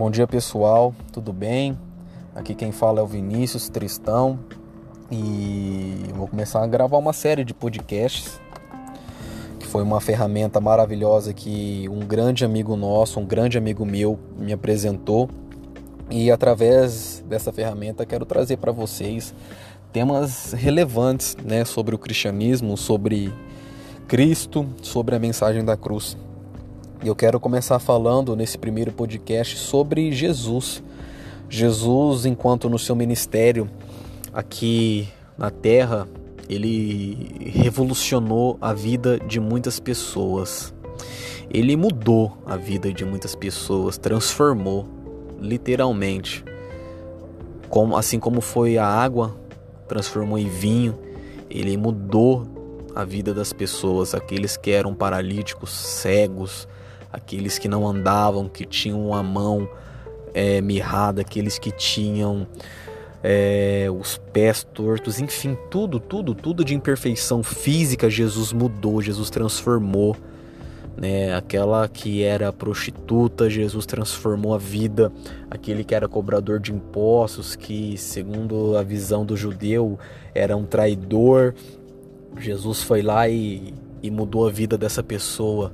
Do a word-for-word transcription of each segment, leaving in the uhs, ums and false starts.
Bom dia, pessoal, tudo bem? Aqui quem fala é o Vinícius Tristão e vou começar a gravar uma série de podcasts, que foi uma ferramenta maravilhosa que um grande amigo nosso, um grande amigo meu me apresentou, e através dessa ferramenta quero trazer para vocês temas relevantes, né, sobre o cristianismo, sobre Cristo, sobre a mensagem da cruz. E eu quero começar falando nesse primeiro podcast sobre Jesus. Jesus, enquanto no seu ministério aqui na Terra, ele revolucionou a vida de muitas pessoas. Ele mudou a vida de muitas pessoas, transformou, literalmente. Como, assim como foi a água, transformou em vinho, ele mudou a vida das pessoas, aqueles que eram paralíticos, cegos, aqueles que não andavam, que tinham a mão é, mirrada, aqueles que tinham é, os pés tortos, enfim, tudo, tudo, tudo de imperfeição física, Jesus mudou, Jesus transformou, né? Aquela que era prostituta, Jesus transformou a vida, aquele que era cobrador de impostos, que segundo a visão do judeu era um traidor, Jesus foi lá e, e mudou a vida dessa pessoa.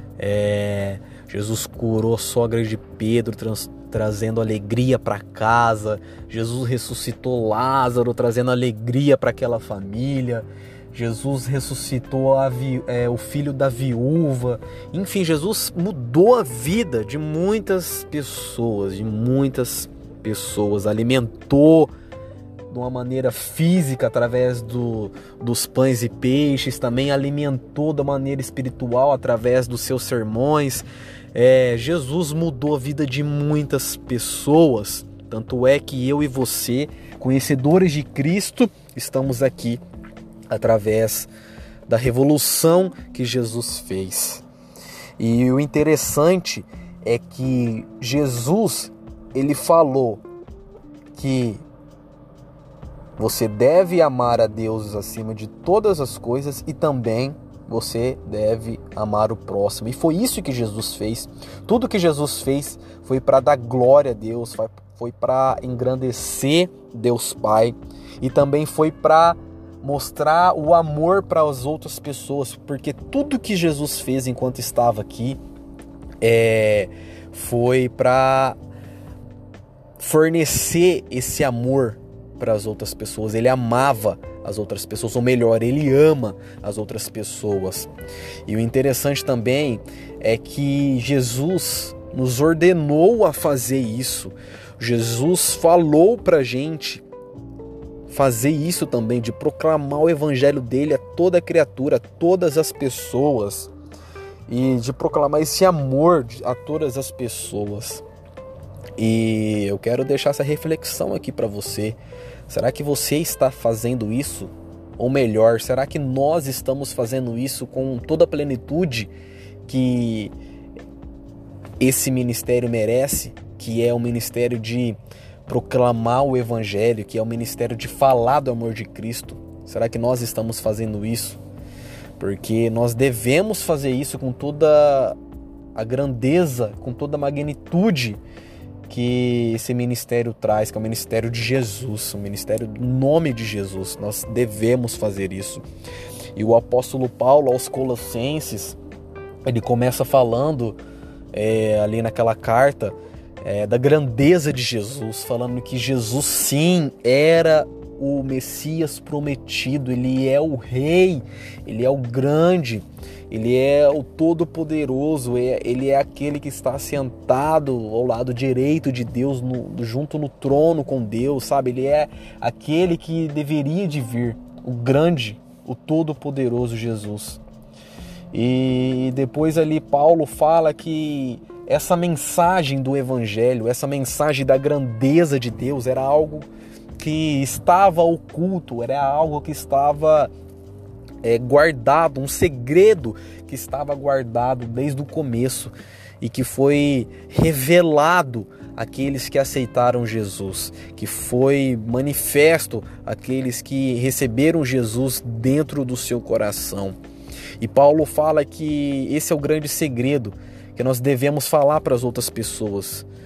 É, Jesus curou a sogra de Pedro, trans, trazendo alegria para casa. Jesus ressuscitou Lázaro, trazendo alegria para aquela família. Jesus ressuscitou a vi, é, o filho da viúva. Enfim, Jesus mudou a vida de muitas pessoas, de muitas pessoas, alimentou de uma maneira física através do, dos pães e peixes, também alimentou da maneira espiritual através dos seus sermões. É, Jesus mudou a vida de muitas pessoas, tanto é que eu e você, conhecedores de Cristo, estamos aqui através da revolução que Jesus fez. E o interessante é que Jesus, ele falou que você deve amar a Deus acima de todas as coisas e também você deve amar o próximo. E foi isso que Jesus fez. Tudo que Jesus fez foi para dar glória a Deus, foi para engrandecer Deus Pai e também foi para mostrar o amor para as outras pessoas, porque tudo que Jesus fez enquanto estava aqui é, foi para fornecer esse amor para as outras pessoas. Ele amava as outras pessoas, ou melhor, ele ama as outras pessoas. E o interessante também é que Jesus nos ordenou a fazer isso. Jesus falou para a gente fazer isso também, de proclamar o evangelho dele a toda criatura, a todas as pessoas, e de proclamar esse amor a todas as pessoas. E eu quero deixar essa reflexão aqui para você. Será que você está fazendo isso? Ou melhor, será que nós estamos fazendo isso com toda a plenitude que esse ministério merece? Que é o ministério de proclamar o evangelho, que é o ministério de falar do amor de Cristo. Será que nós estamos fazendo isso? Porque nós devemos fazer isso com toda a grandeza, com toda a magnitude que esse ministério traz, que é o ministério de Jesus, o ministério do nome de Jesus. Nós devemos fazer isso. E o apóstolo Paulo aos Colossenses, ele começa falando é, ali naquela carta é, da grandeza de Jesus, falando que Jesus sim era o Messias prometido, ele é o rei, ele é o grande, ele é o todo-poderoso, ele é aquele que está sentado ao lado direito de Deus, no, junto no trono com Deus, sabe? Ele é aquele que deveria de vir, o grande, o todo-poderoso Jesus. E depois ali Paulo fala que essa mensagem do evangelho, essa mensagem da grandeza de Deus era algo que estava oculto, era algo que estava é, guardado, um segredo que estava guardado desde o começo e que foi revelado àqueles que aceitaram Jesus, que foi manifesto àqueles que receberam Jesus dentro do seu coração. E Paulo fala que esse é o grande segredo que nós devemos falar para as outras pessoas.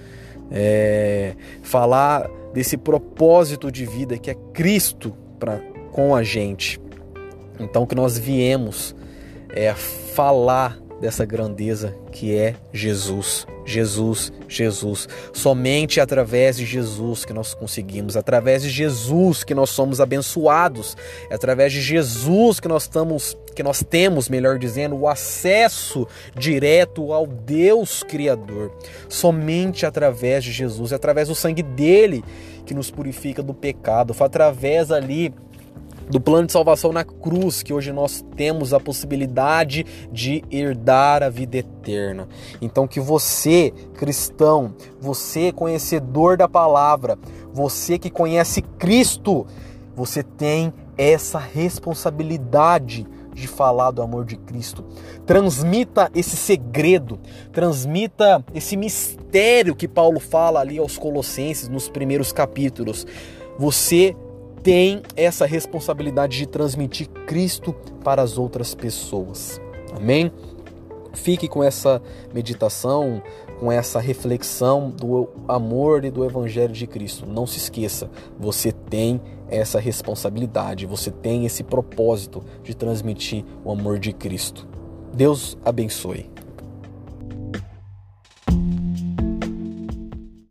é, falar desse propósito de vida que é Cristo pra, com a gente. Então que nós viemos é, falar dessa grandeza que é Jesus, Jesus, Jesus. Somente através de Jesus que nós conseguimos, através de Jesus que nós somos abençoados, é através de Jesus que nós estamos, que nós temos, melhor dizendo, o acesso direto ao Deus Criador. Somente através de Jesus, é através do sangue dele que nos purifica do pecado. Foi através ali do plano de salvação na cruz que hoje nós temos a possibilidade de herdar a vida eterna. Então que você, cristão, você conhecedor da palavra, você que conhece Cristo, você tem essa responsabilidade de falar do amor de Cristo. Transmita esse segredo, transmita esse mistério que Paulo fala ali aos Colossenses nos primeiros capítulos. Você tem essa responsabilidade de transmitir Cristo para as outras pessoas. Amém? Fique com essa meditação, com essa reflexão do amor e do Evangelho de Cristo. Não se esqueça, você tem essa responsabilidade, você tem esse propósito de transmitir o amor de Cristo. Deus abençoe.